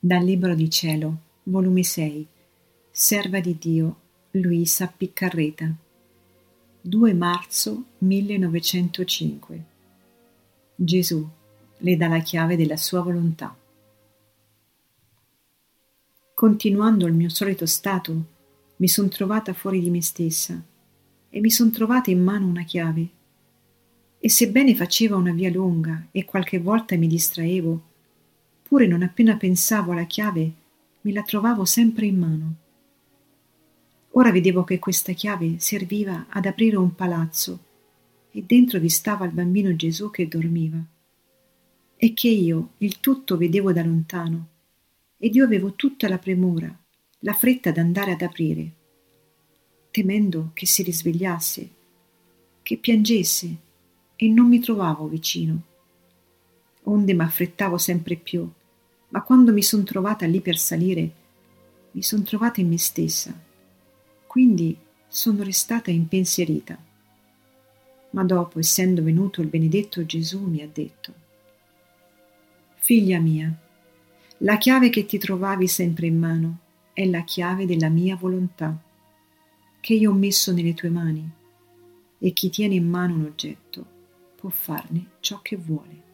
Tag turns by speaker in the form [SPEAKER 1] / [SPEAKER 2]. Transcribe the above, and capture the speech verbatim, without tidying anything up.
[SPEAKER 1] Dal Libro di Cielo, volume sei, Serva di Dio, Luisa Piccarreta, due marzo millenovecentocinque. Gesù le dà la chiave della sua volontà. Continuando il mio solito stato, mi son trovata fuori di me stessa e mi son trovata in mano una chiave. E sebbene faceva una via lunga e qualche volta mi distraevo, pure non appena pensavo alla chiave me la trovavo sempre in mano. Ora vedevo che questa chiave serviva ad aprire un palazzo e dentro vi stava il bambino Gesù che dormiva, e che io il tutto vedevo da lontano, ed io avevo tutta la premura, la fretta d'andare ad aprire, temendo che si risvegliasse, che piangesse, e non mi trovavo vicino. Onde m'affrettavo sempre più, ma quando mi son trovata lì per salire, mi son trovata in me stessa, quindi sono restata impensierita. Ma dopo, essendo venuto il benedetto Gesù, mi ha detto: «Figlia mia, la chiave che ti trovavi sempre in mano è la chiave della mia volontà, che io ho messo nelle tue mani, e chi tiene in mano un oggetto può farne ciò che vuole».